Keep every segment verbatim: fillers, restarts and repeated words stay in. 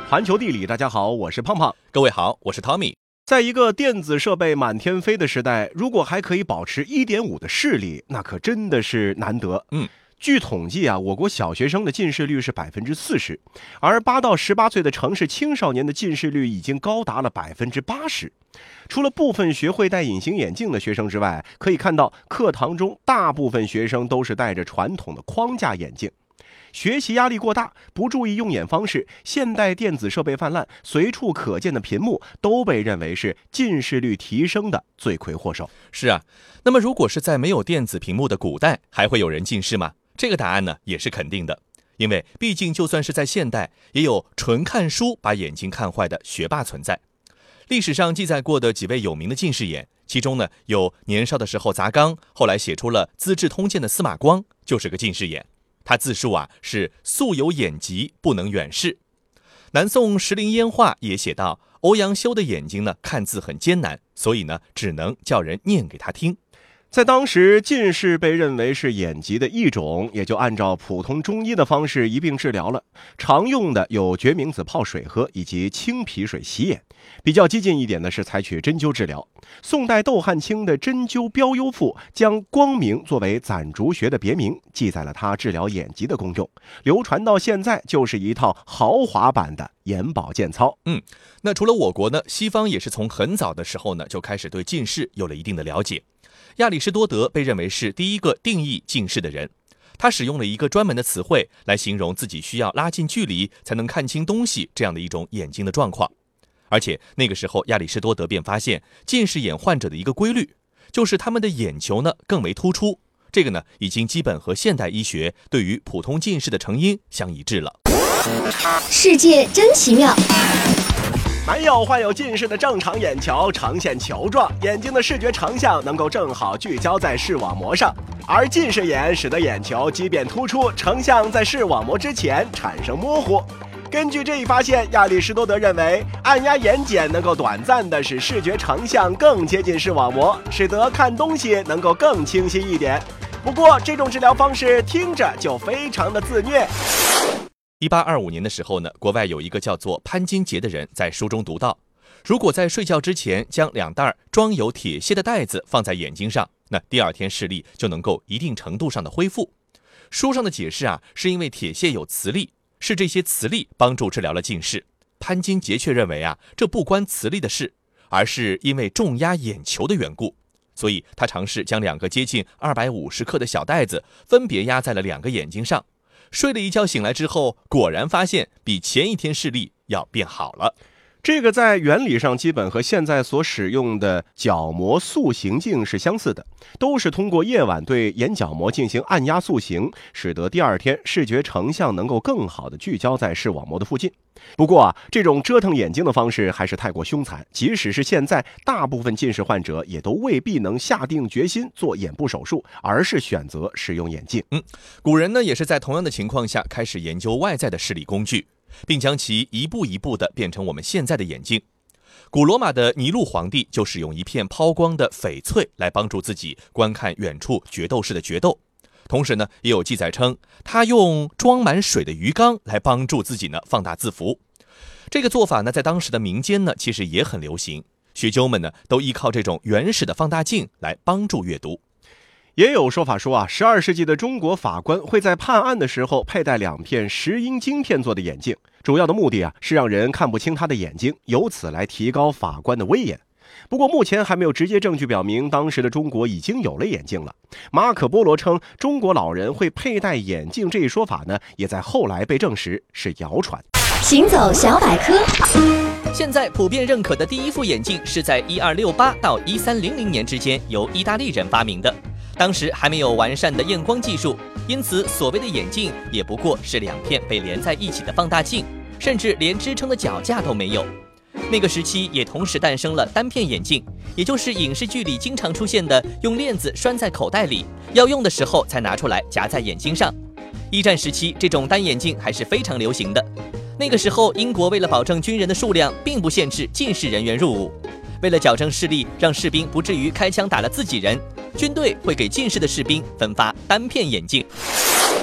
环球地理，大家好，我是胖胖。 各位好，我是 Tommy。 在一个电子设备满天飞的时代，如果还可以保持 一点五 的视力，那可真的是难得。 嗯， 据统计啊，我国小学生的近视率是 百分之四十， 而八到十八岁的城市青少年的近视率已经高达了 百分之八十。 除了部分学会戴隐形眼镜的学生之外，可以看到课堂中大部分学生都是戴着传统的框架眼镜。学习压力过大，不注意用眼方式，现代电子设备泛滥，随处可见的屏幕都被认为是近视率提升的罪魁祸首。 是啊，那么如果是在没有电子屏幕的古代，还会有人近视吗？这个答案呢也是肯定的，因为毕竟就算是在现代，也有纯看书把眼睛看坏的学霸存在。历史上记载过的几位有名的近视眼，其中呢有年少的时候砸缸，后来写出了《资治通鉴》的司马光就是个近视眼。他自述啊是素有眼疾，不能远视。南宋石林烟话也写到，欧阳修的眼睛呢看字很艰难，所以呢只能叫人念给他听。 在当时，近视被认为是眼疾的一种，也就按照普通中医的方式一并治疗了。常用的有决明子泡水喝，以及清脾水洗眼。比较激进一点的是采取针灸治疗。宋代窦汉卿的《针灸标幽赋》将光明作为攒竹穴的别名，记载了它治疗眼疾的功用，流传到现在就是一套豪华版的眼保健操。 嗯，那除了我国呢，西方也是从很早的时候呢就开始对近视有了一定的了解。亚里士多德被认为是第一个定义近视的人，他使用了一个专门的词汇来形容自己需要拉近距离才能看清东西这样的一种眼睛的状况。而且那个时候亚里士多德便发现近视眼患者的一个规律，就是他们的眼球呢更为突出，这个呢已经基本和现代医学对于普通近视的成因相一致了。 世界真奇妙。 没有患有近视的正常眼球呈现球状，眼睛的视觉成像能够正好聚焦在视网膜上，而近视眼使得眼球即便突出，成像在视网膜之前产生模糊。根据这一发现，亚里士多德认为按压眼睑能够短暂地使视觉成像更接近视网膜，使得看东西能够更清晰一点。不过这种治疗方式听着就非常的自虐。 一八二五年的时候呢，国外有一个叫做潘金杰的人在书中读到，如果在睡觉之前将两袋装有铁屑的袋子放在眼睛上，那第二天视力就能够一定程度上的恢复。书上的解释啊，是因为铁屑有磁力，是这些磁力帮助治疗了近视。潘金杰却认为啊，这不关磁力的事，而是因为重压眼球的缘故。所以他尝试将两个接近二百五十克的小袋子分别压在了两个眼睛上。睡了一觉醒来之后，果然发现比前一天视力要变好了。 这个在原理上基本和现在所使用的角膜塑形镜是相似的，都是通过夜晚对眼角膜进行按压塑形，使得第二天视觉成像能够更好的聚焦在视网膜的附近。不过啊，这种折腾眼睛的方式还是太过凶残，即使是现在，大部分近视患者也都未必能下定决心做眼部手术，而是选择使用眼镜。 嗯，古人呢也是在同样的情况下开始研究外在的视力工具，并将其一步一步地变成我们现在的眼镜。古罗马的尼禄皇帝就使用一片抛光的翡翠来帮助自己观看远处决斗士的决斗。同时呢，也有记载称他用装满水的鱼缸来帮助自己呢放大字符。这个做法呢，在当时的民间呢，其实也很流行。学究们呢，都依靠这种原始的放大镜来帮助阅读。 也有说法说啊，十二世纪的中国法官会在判案的时候佩戴两片石英晶片做的眼镜，主要的目的啊是让人看不清他的眼睛，由此来提高法官的威严。不过目前还没有直接证据表明当时的中国已经有了眼镜了。马可波罗称中国老人会佩戴眼镜这一说法呢，也在后来被证实是谣传。 行走小百科。 现在普遍认可的第一副眼镜是在一二六八到一三零零年之间由意大利人发明的，当时还没有完善的验光技术，因此所谓的眼镜也不过是两片被连在一起的放大镜，甚至连支撑的脚架都没有。那个时期也同时诞生了单片眼镜，也就是影视剧里经常出现的用链子拴在口袋里，要用的时候才拿出来夹在眼睛上。一战时期，这种单眼镜还是非常流行的。那个时候，英国为了保证军人的数量，并不限制近视人员入伍。为了矫正视力，让士兵不至于开枪打了自己人，军队会给近视的士兵分发单片眼镜。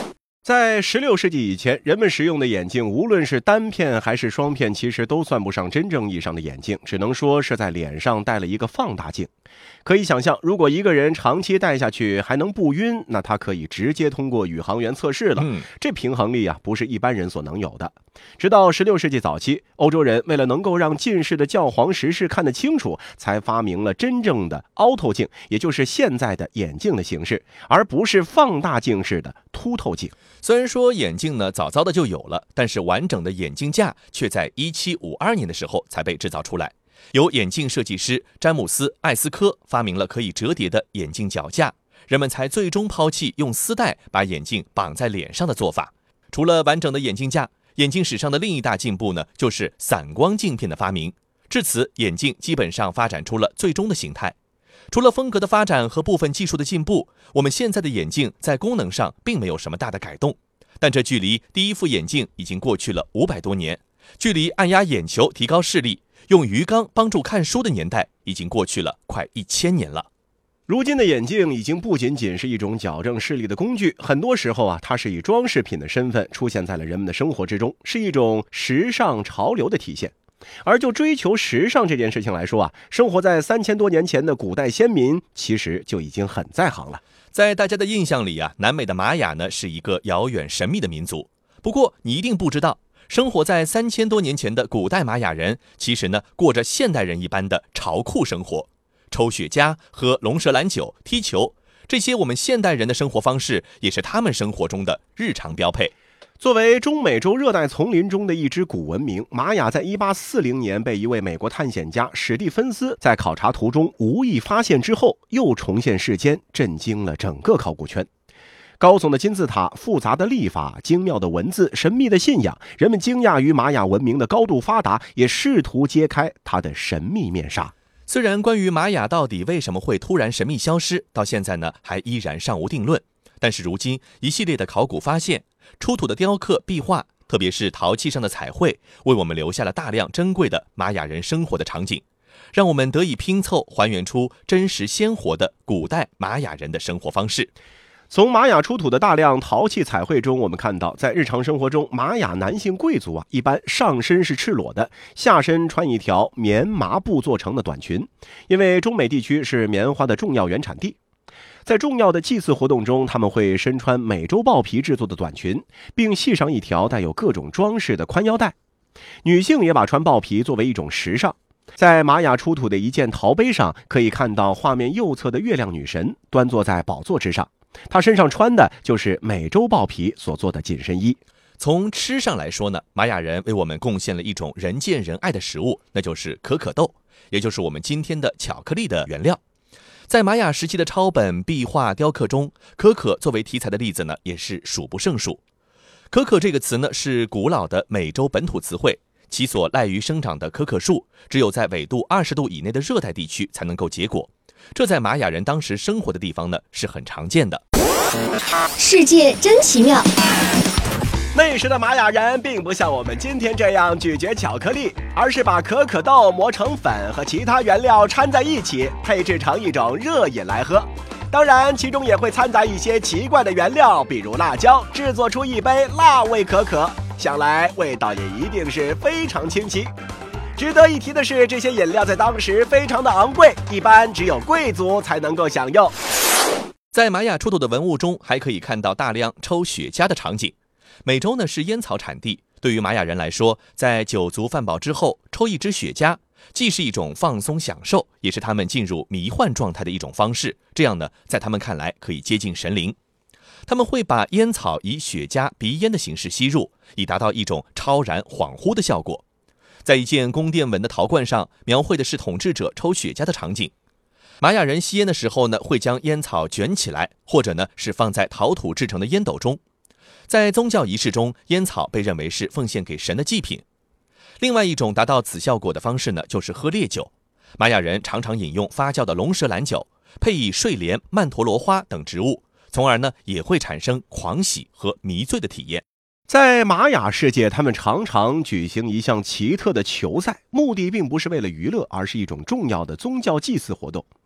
在十六世纪以前，人们使用的眼镜，无论是单片还是双片，其实都算不上真正意义上的眼镜，只能说是在脸上戴了一个放大镜。可以想象，如果一个人长期戴下去还能不晕，那他可以直接通过宇航员测试了。 嗯， 这平衡力啊，不是一般人所能有的。直到十六世纪早期，欧洲人为了能够让近视的教皇实事看得清楚，才发明了真正的凹透镜，也就是现在的眼镜的形式，而不是放大镜式的凸透镜。 虽然说眼镜呢早早的就有了，但是完整的眼镜架却在一七五二年的时候才被制造出来。由眼镜设计师詹姆斯·艾斯科发明了可以折叠的眼镜脚架，人们才最终抛弃用丝带把眼镜绑在脸上的做法。除了完整的眼镜架，眼镜史上的另一大进步呢，就是散光镜片的发明。至此，眼镜基本上发展出了最终的形态。除了风格的发展和部分技术的进步，我们现在的眼镜在功能上并没有什么大的改动。但这距离第一副眼镜已经过去了五百多年，距离按压眼球提高视力，用鱼缸帮助看书的年代已经过去了快一千年了。 如今的眼镜已经不仅仅是一种矫正视力的工具，很多时候啊，它是以装饰品的身份出现在了人们的生活之中，是一种时尚潮流的体现。而就追求时尚这件事情来说啊，生活在三千多年前的古代先民其实就已经很在行了。 在大家的印象里啊，南美的玛雅呢是一个遥远神秘的民族。不过你一定不知道，生活在三千多年前的古代玛雅人，其实呢过着现代人一般的潮酷生活，抽雪茄、喝龙舌兰酒、踢球，这些我们现代人的生活方式，也是他们生活中的日常标配。 作为中美洲热带丛林中的一支古文明，玛雅在一八四零年被一位美国探险家史蒂芬斯在考察途中无意发现之后，又重现世间，震惊了整个考古圈。高耸的金字塔、复杂的历法、精妙的文字、神秘的信仰，人们惊讶于玛雅文明的高度发达，也试图揭开它的神秘面纱。 虽然关于玛雅到底为什么会突然神秘消失，到现在呢还依然尚无定论，但是如今一系列的考古发现，出土的雕刻、壁画，特别是陶器上的彩绘，为我们留下了大量珍贵的玛雅人生活的场景，让我们得以拼凑还原出真实鲜活的古代玛雅人的生活方式。 从玛雅出土的大量陶器彩绘中，我们看到在日常生活中，玛雅男性贵族啊，一般上身是赤裸的，下身穿一条棉麻布做成的短裙，因为中美地区是棉花的重要原产地。在重要的祭祀活动中，他们会身穿美洲豹皮制作的短裙，并系上一条带有各种装饰的宽腰带。女性也把穿豹皮作为一种时尚。在玛雅出土的一件陶杯上，可以看到画面右侧的月亮女神端坐在宝座之上，她身上穿的就是美洲豹皮所做的紧身衣。 从吃上来说呢，玛雅人为我们贡献了一种人见人爱的食物，那就是可可豆，也就是我们今天的巧克力的原料。在玛雅时期的抄本、壁画、雕刻中，可可作为题材的例子呢，也是数不胜数。可可这个词呢，是古老的美洲本土词汇，其所赖于生长的可可树，只有在纬度二十度以内的热带地区才能够结果。这在玛雅人当时生活的地方呢，是很常见的。 世界真奇妙。 那时的玛雅人并不像我们今天这样咀嚼巧克力，而是把可可豆磨成粉和其他原料掺在一起，配制成一种热饮来喝。当然，其中也会掺杂一些奇怪的原料，比如辣椒，制作出一杯辣味可可，想来味道也一定是非常清奇。值得一提的是，这些饮料在当时非常的昂贵，一般只有贵族才能够享用。 在玛雅出土的文物中，还可以看到大量抽雪茄的场景。美洲呢是烟草产地，对于玛雅人来说，在酒足饭饱之后抽一支雪茄，既是一种放松享受，也是他们进入迷幻状态的一种方式。这样呢，在他们看来可以接近神灵。他们会把烟草以雪茄、鼻烟的形式吸入，以达到一种超然恍惚的效果。在一件宫殿纹的陶罐上，描绘的是统治者抽雪茄的场景。玛雅人吸烟的时候呢，会将烟草卷起来，或者呢是放在陶土制成的烟斗中。在宗教仪式中，烟草被认为是奉献给神的祭品。另外一种达到此效果的方式呢，就是喝烈酒。玛雅人常常饮用发酵的龙舌兰酒，配以睡莲、曼陀罗花等植物，从而呢也会产生狂喜和迷醉的体验。 在玛雅世界，他们常常举行一项奇特的球赛，目的并不是为了娱乐，而是一种重要的宗教祭祀活动。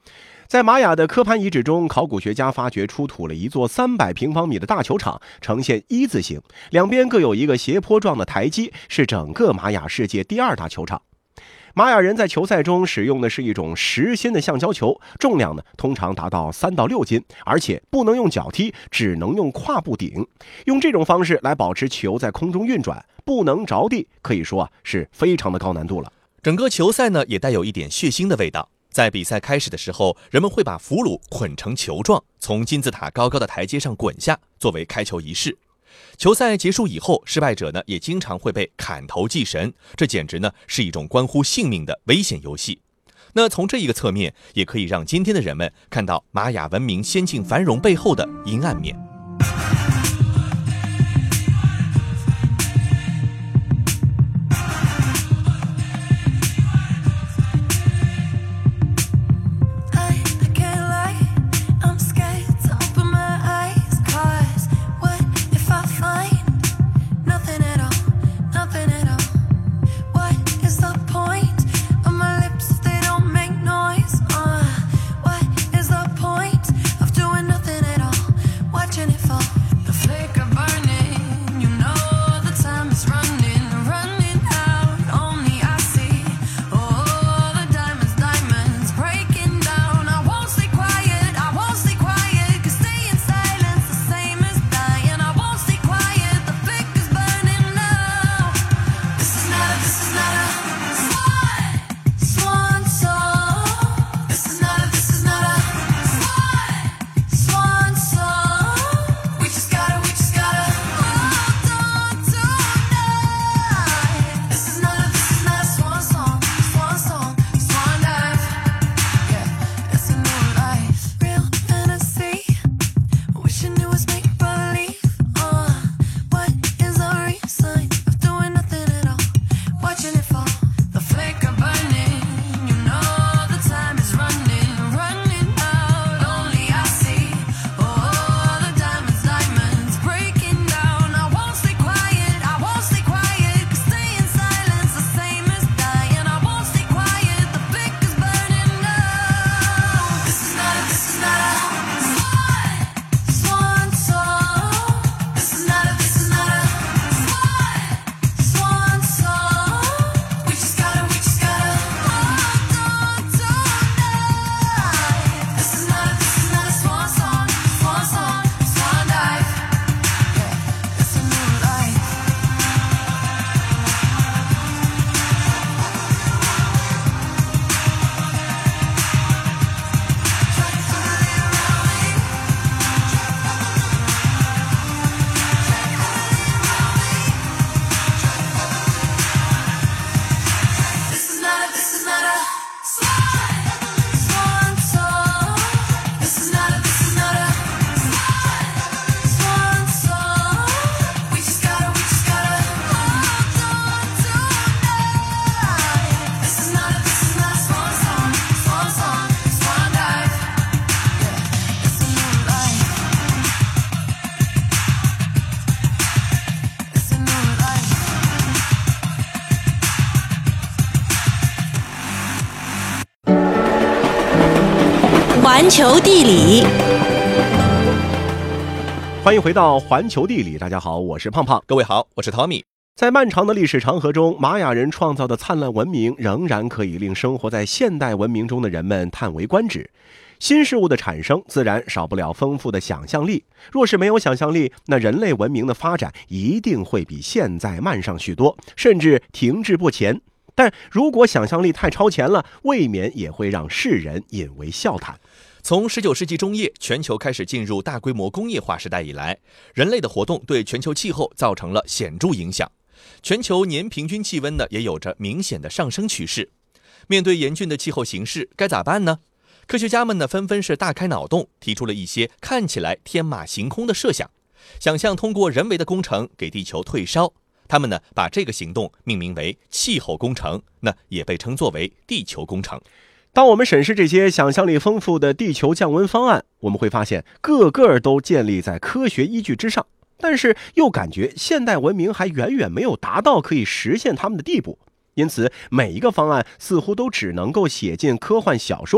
在玛雅的科潘遗址中，考古学家发掘出土了一座三百平方米的大球场，呈现一字形，两边各有一个斜坡状的台基，是整个玛雅世界第二大球场。玛雅人在球赛中使用的是一种实心的橡胶球，重量呢通常达到三到六斤，而且不能用脚踢，只能用胯部顶。用这种方式来保持球在空中运转，不能着地，可以说啊是非常的高难度了。 整个球赛呢也带有一点血腥的味道。在比赛开始的时候，人们会把俘虏捆成球状，从金字塔高高的台阶上滚下，作为开球仪式。球赛结束以后，失败者呢也经常会被砍头祭神，这简直呢是一种关乎性命的危险游戏。那从这一个侧面，也可以让今天的人们看到玛雅文明先进繁荣背后的阴暗面。 环球地理， 欢迎回到环球地理。大家好，我是胖胖。 各位好，我是 Tommy。 在漫长的历史长河中，玛雅人创造的灿烂文明仍然可以令生活在现代文明中的人们叹为观止。新事物的产生自然少不了丰富的想象力，若是没有想象力，那人类文明的发展一定会比现在慢上许多，甚至停滞不前。但如果想象力太超前了，未免也会让世人引为笑谈。 从十九世纪中叶，全球开始进入大规模工业化时代以来，人类的活动对全球气候造成了显著影响，全球年平均气温呢也有着明显的上升趋势。面对严峻的气候形势，该咋办呢？科学家们呢纷纷是大开脑洞，提出了一些看起来天马行空的设想，想象通过人为的工程给地球退烧。他们呢把这个行动命名为气候工程，那也被称作为地球工程。 当我们审视这些想象力丰富的地球降温方案，我们会发现个个都建立在科学依据之上，但是又感觉现代文明还远远没有达到可以实现他们的地步。因此每一个方案似乎都只能够写进科幻小说里。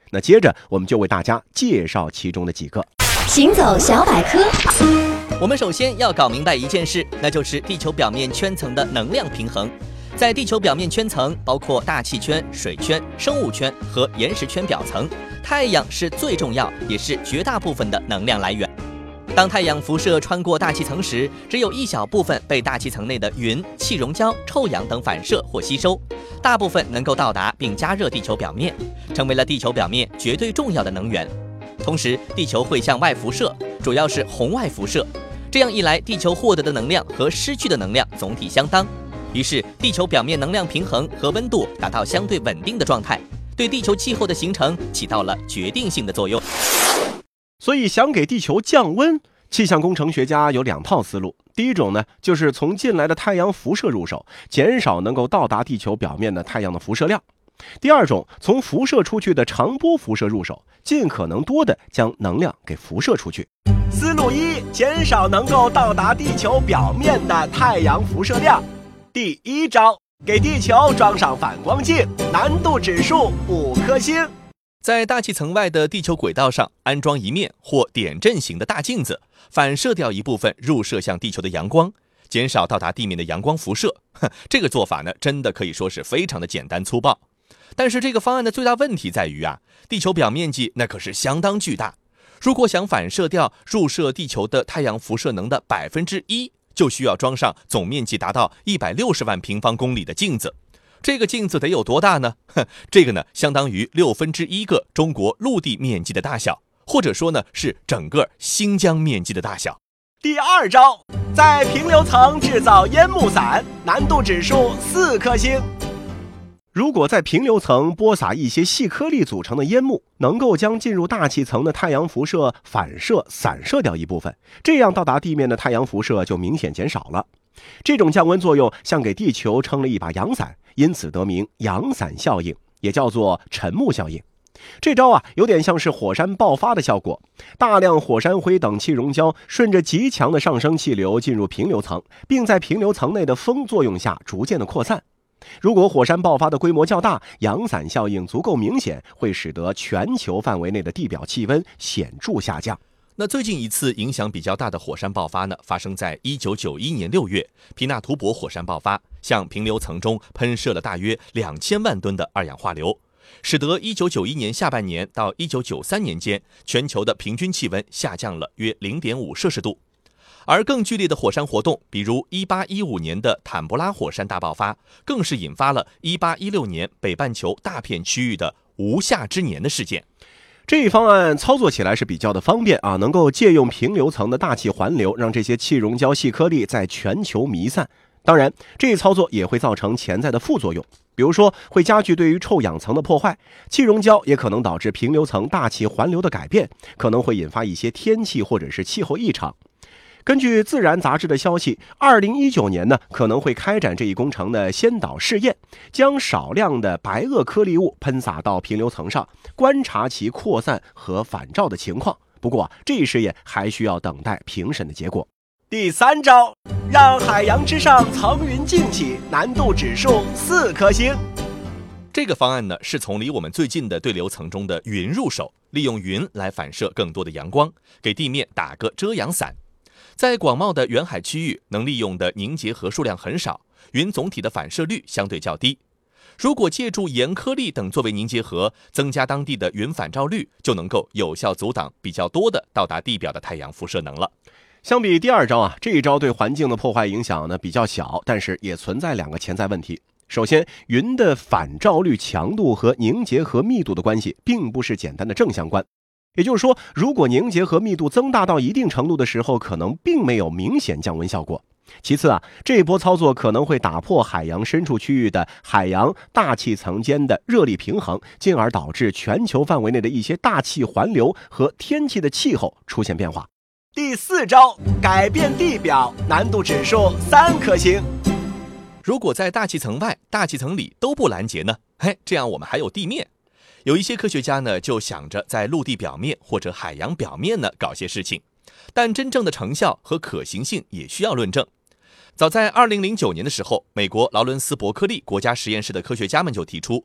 那接着我们就为大家介绍其中的几个。 行走小百科。 我们首先要搞明白一件事，那就是地球表面圈层的能量平衡。在地球表面圈层，包括大气圈、水圈、生物圈和岩石圈表层，太阳是最重要也是绝大部分的能量来源。当太阳辐射穿过大气层时，只有一小部分被大气层内的云、气溶胶、臭氧等反射或吸收，大部分能够到达并加热地球表面，成为了地球表面绝对重要的能源。同时，地球会向外辐射，主要是红外辐射。这样一来，地球获得的能量和失去的能量总体相当，于是地球表面能量平衡和温度达到相对稳定的状态，对地球气候的形成起到了决定性的作用。 所以想给地球降温，气象工程学家有两套思路。第一种呢，就是从进来的太阳辐射入手，减少能够到达地球表面的太阳的辐射量。第二种，从辐射出去的长波辐射入手，尽可能多的将能量给辐射出去。 思路一，减少能够到达地球表面的太阳辐射量。第一招，给地球装上反光镜，难度指数五颗星。在大气层外的地球轨道上安装一面或点阵型的大镜子，反射掉一部分入射向地球的阳光，减少到达地面的阳光辐射。这个做法呢，真的可以说是非常的简单粗暴。但是这个方案的最大问题在于啊，地球表面积那可是相当巨大。如果想反射掉入射地球的太阳辐射能的百分之一，就需要装上总面积达到一百六十万平方公里的镜子。这个镜子得有多大呢？这个呢，相当于六分之一个中国陆地面积的大小，或者说呢，是整个新疆面积的大小。第二招，在平流层制造烟幕伞，难度指数四颗星。 如果在平流层播撒一些细颗粒组成的烟幕，能够将进入大气层的太阳辐射反射散射掉一部分，这样到达地面的太阳辐射就明显减少了。这种降温作用像给地球撑了一把阳伞，因此得名阳伞效应，也叫做沉幕效应。这招啊，有点像是火山爆发的效果，大量火山灰等气溶胶顺着极强的上升气流进入平流层，并在平流层内的风作用下逐渐的扩散。如果火山爆发的规模较大，阳伞效应足够明显，会使得全球范围内的地表气温显著下降。 那最近一次影响比较大的火山爆发呢，发生在一九九一年六月，皮纳图博火山爆发，向平流层中喷射了大约两千万吨的二氧化硫，使得一九九一年下半年到一九九三年间，全球的平均气温下降了约 零点五摄氏度。而更剧烈的火山活动，比如一八一五年的坦布拉火山大爆发，更是引发了一八一六年北半球大片区域的无夏之年的事件。 这一方案操作起来是比较的方便啊，能够借用平流层的大气环流，让这些气溶胶细颗粒在全球弥散。当然，这一操作也会造成潜在的副作用，比如说会加剧对于臭氧层的破坏，气溶胶也可能导致平流层大气环流的改变，可能会引发一些天气或者是气候异常。根据《自然》杂志的消息，二零一九年呢可能会开展这一工程的先导试验，将少量的白垩颗粒物喷洒到平流层上，观察其扩散和反照的情况。不过这一试验还需要等待评审的结果。 第三招，让海洋之上层云静起，难度指数四颗星。这个方案呢，是从离我们最近的对流层中的云入手，利用云来反射更多的阳光，给地面打个遮阳伞。在广袤的远海区域，能利用的凝结核数量很少，云总体的反射率相对较低。如果借助盐颗粒等作为凝结核，增加当地的云反照率，就能够有效阻挡比较多的到达地表的太阳辐射能了。 相比第二招啊，这一招对环境的破坏影响呢比较小，但是也存在两个潜在问题。首先，云的反照率强度和凝结核密度的关系并不是简单的正相关。也就是说，如果凝结核密度增大到一定程度的时候，可能并没有明显降温效果。其次啊，这一波操作可能会打破海洋深处区域的海洋大气层间的热力平衡，进而导致全球范围内的一些大气环流和天气的气候出现变化。 第四招，改变地表，难度指数三颗星。如果在大气层外、大气层里都不拦截呢？嘿，这样我们还有地面。有一些科学家呢，就想着在陆地表面或者海洋表面呢搞些事情，但真正的成效和可行性也需要论证。早在二零零九年的时候，美国劳伦斯伯克利国家实验室的科学家们就提出，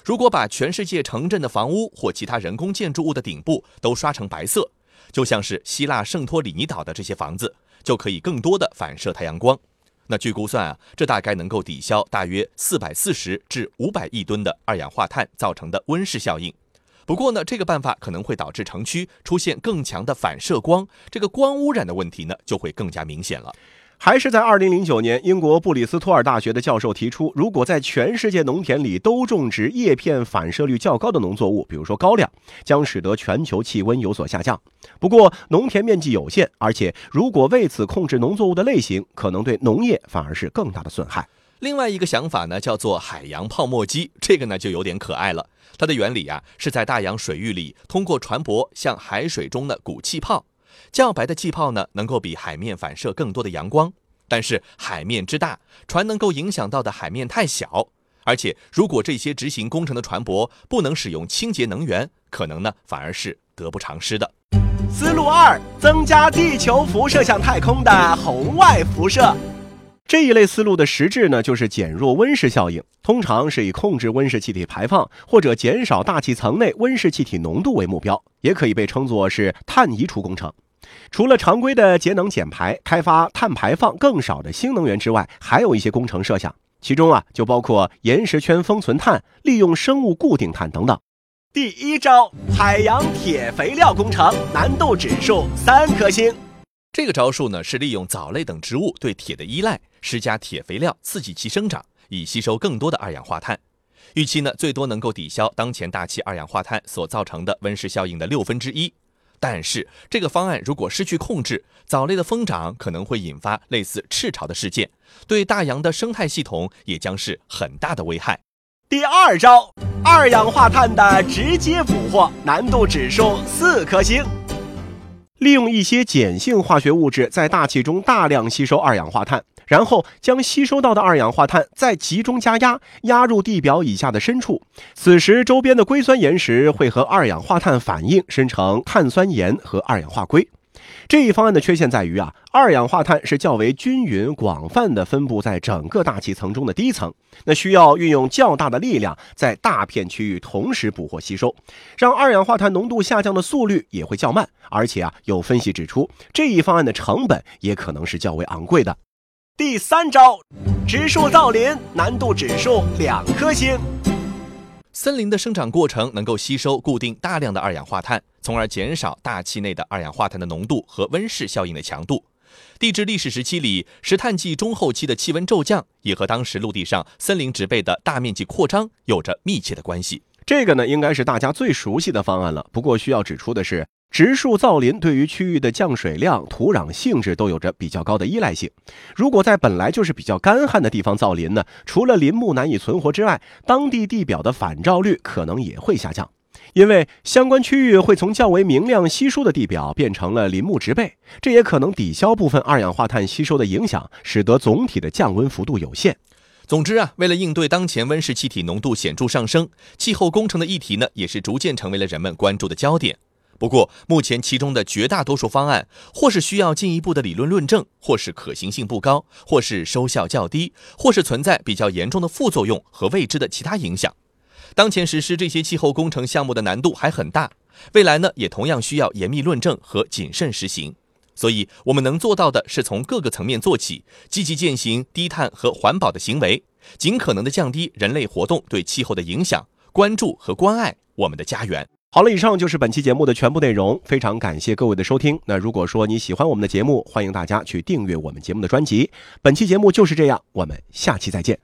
如果把全世界城镇的房屋或其他人工建筑物的顶部都刷成白色，就像是希腊圣托里尼岛的这些房子，就可以更多的反射太阳光。那据估算啊，这大概能够抵消大约四百四十至五百亿吨的二氧化碳造成的温室效应。不过呢，这个办法可能会导致城区出现更强的反射光，这个光污染的问题呢就会更加明显了。 还是在二零零九年，英国布里斯托尔大学的教授提出，如果在全世界农田里都种植叶片反射率较高的农作物，比如说高粱，将使得全球气温有所下降。不过农田面积有限，而且如果为此控制农作物的类型，可能对农业反而是更大的损害。 另外一个想法呢，叫做海洋泡沫机，这个呢就有点可爱了。它的原理啊，是在大洋水域里通过船舶向海水中的鼓气泡，较白的气泡呢，能够比海面反射更多的阳光，但是海面之大，船能够影响到的海面太小，而且如果这些执行工程的船舶不能使用清洁能源，可能呢反而是得不偿失的。 思路二，增加地球辐射向太空的红外辐射。这一类思路的实质呢，就是减弱温室效应，通常是以控制温室气体排放或者减少大气层内温室气体浓度为目标，也可以被称作是碳移除工程。除了常规的节能减排、开发碳排放更少的新能源之外，还有一些工程设想，其中啊就包括岩石圈封存碳、利用生物固定碳等等。第一招，海洋铁肥料工程，难度指数三颗星。 这个招数呢，是利用藻类等植物对铁的依赖，施加铁肥料刺激其生长，以吸收更多的二氧化碳。预期呢，最多能够抵消当前大气二氧化碳所造成的温室效应的六分之一。但是这个方案如果失去控制，藻类的疯长可能会引发类似赤潮的事件，对大洋的生态系统也将是很大的危害。 第二招，二氧化碳的直接捕获，难度指数四颗星。利用一些碱性化学物质在大气中大量吸收二氧化碳，然后将吸收到的二氧化碳再集中加压，压入地表以下的深处。此时周边的硅酸岩石会和二氧化碳反应，生成碳酸盐和二氧化硅。这一方案的缺陷在于啊，二氧化碳是较为均匀广泛的分布在整个大气层中的低层，那需要运用较大的力量在大片区域同时捕获吸收，让二氧化碳浓度下降的速率也会较慢，而且啊，有分析指出，这一方案的成本也可能是较为昂贵的。第三招，植树造林，难度指数两颗星。 森林的生长过程能够吸收固定大量的二氧化碳，从而减少大气内的二氧化碳的浓度和温室效应的强度。地质历史时期里，石炭纪中后期的气温骤降也和当时陆地上森林植被的大面积扩张有着密切的关系。 这个呢，应该是大家最熟悉的方案了。不过需要指出的是，植树造林对于区域的降水量、土壤性质都有着比较高的依赖性。如果在本来就是比较干旱的地方造林呢，除了林木难以存活之外，当地地表的反照率可能也会下降，因为相关区域会从较为明亮稀疏的地表变成了林木植被，这也可能抵消部分二氧化碳吸收的影响，使得总体的降温幅度有限。 总之啊，为了应对当前温室气体浓度显著上升，气候工程的议题呢，也是逐渐成为了人们关注的焦点。不过目前其中的绝大多数方案，或是需要进一步的理论论证，或是可行性不高，或是收效较低，或是存在比较严重的副作用和未知的其他影响。当前实施这些气候工程项目的难度还很大，未来呢也同样需要严密论证和谨慎实行。所以我们能做到的是从各个层面做起，积极践行低碳和环保的行为，尽可能的降低人类活动对气候的影响，关注和关爱我们的家园。 好了，以上就是本期节目的全部内容，非常感谢各位的收听。那如果说你喜欢我们的节目，欢迎大家去订阅我们节目的专辑。本期节目就是这样，我们下期再见。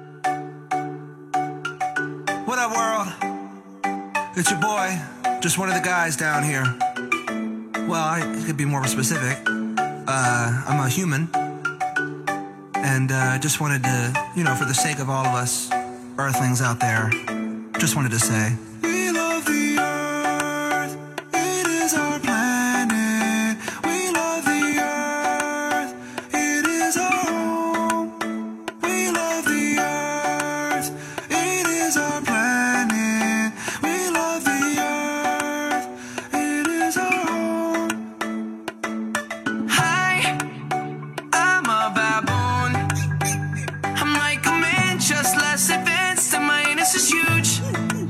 What up, world? It's your boy, just one of the guys down here. Well, I could be more specific. Uh, I'm a human. And uh, just wanted to, you know, for the sake of all of us earthlings out there, just wanted to say, we love the earth, it is our planet. We love the earth, it is our home. We love the earth, it is our planet. We love the earth, it is our home. Hi, I'm a baboon. I'm like a man, just less advanced, and my anus is huge.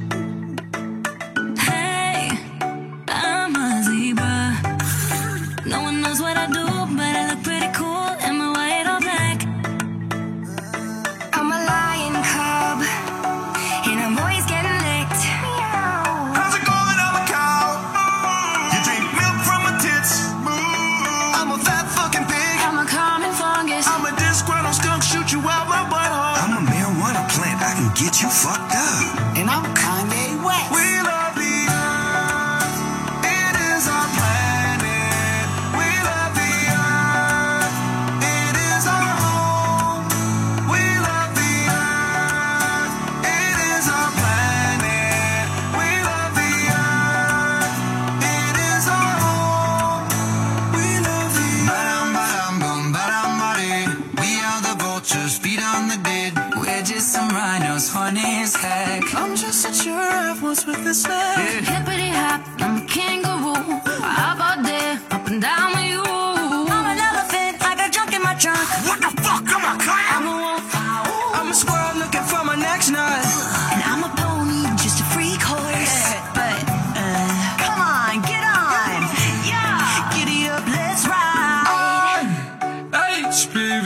you fucked up. And I'm Kanye West. We love the earth. It is our planet. We love the earth. It is our home. We love the earth. It is our planet. We love the earth. It is our home. We love the earth. Ba-dum, ba-dum, boom, ba-dum, ba-dee. We are the vultures, feet on the dead. We're just some rhinos, funny as heck. I'm just a giraffe once with this leg. Hippity hop, I'm a kangaroo. Hop out there, up and down with you. I'm an elephant, I got junk in my trunk. What the fuck? I'm a clown. I'm a wolf. I'm a squirrel looking for my next nut. And I'm a pony, just a freak horse. But, uh, come on, get on. Yeah, giddy up, let's ride. H P V.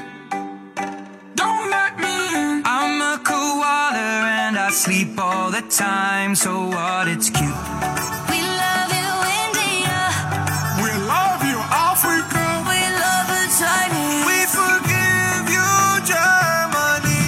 Don't let me in. I'm a koala and I sleep all the time. So what? It's cute. We love you, India. We love you, Africa. We love the Chinese. We forgive you, Germany.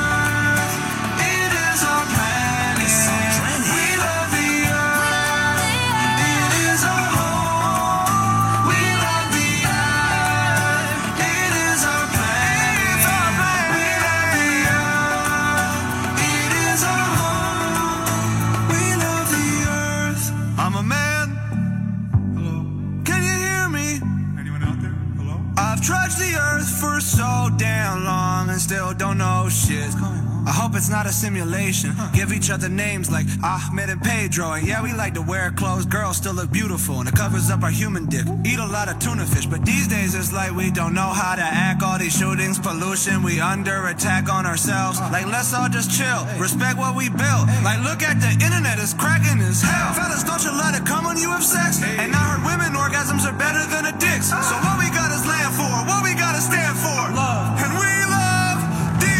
It is our planet. We love the earth. It is our home. We love the earth. It is our planet. We love the earth. It is our home. We love the earth. I'm a man. Hello. Can you hear me? Anyone out there? Hello? I've trudged the earth for so damn long and still don't know shit. I hope it's not a simulation. Give each other names like Ahmed and Pedro. And yeah, we like to wear clothes. Girls still look beautiful and it covers up our human dick. Eat a lot of tuna fish, but these days it's like we don't know how to act. All these shootings, pollution, we under attack on ourselves. Like let's all just chill, respect what we built. Like look at the internet, it's cracking as hell. Fellas, don't you let it come when you have sex. And I heard women orgasms are better than a dick's. So what we got is land for, what we gotta stand for. Love. And we love the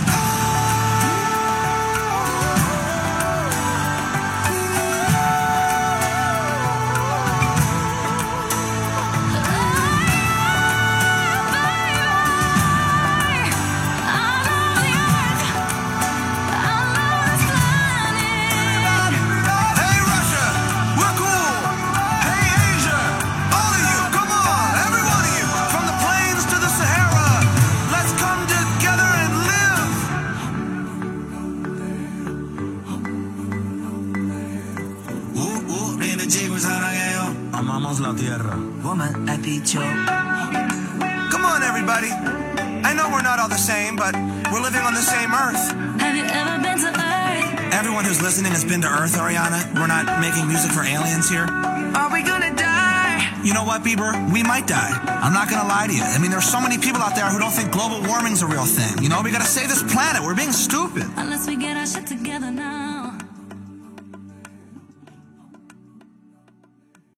Hey Russia, we're cool. Hey Asia, all of you, come on, every one of you, from the plains to the Sahara, let's come together and live. Uh, uh, viene chico, sarangueo. Amamos la tierra. Woman, I beat you. Come on, everybody. I know we're not all the same, but we're living on the same Earth. Have you ever been to Earth? Everyone who's listening has been to Earth, Ariana. We're not making music for aliens here. Are we gonna die? You know what, Bieber? We might die. I'm not gonna lie to you. I mean, there's so many people out there who don't think global warming's a real thing. You know, we gotta save this planet. We're being stupid. Unless we get our shit together now.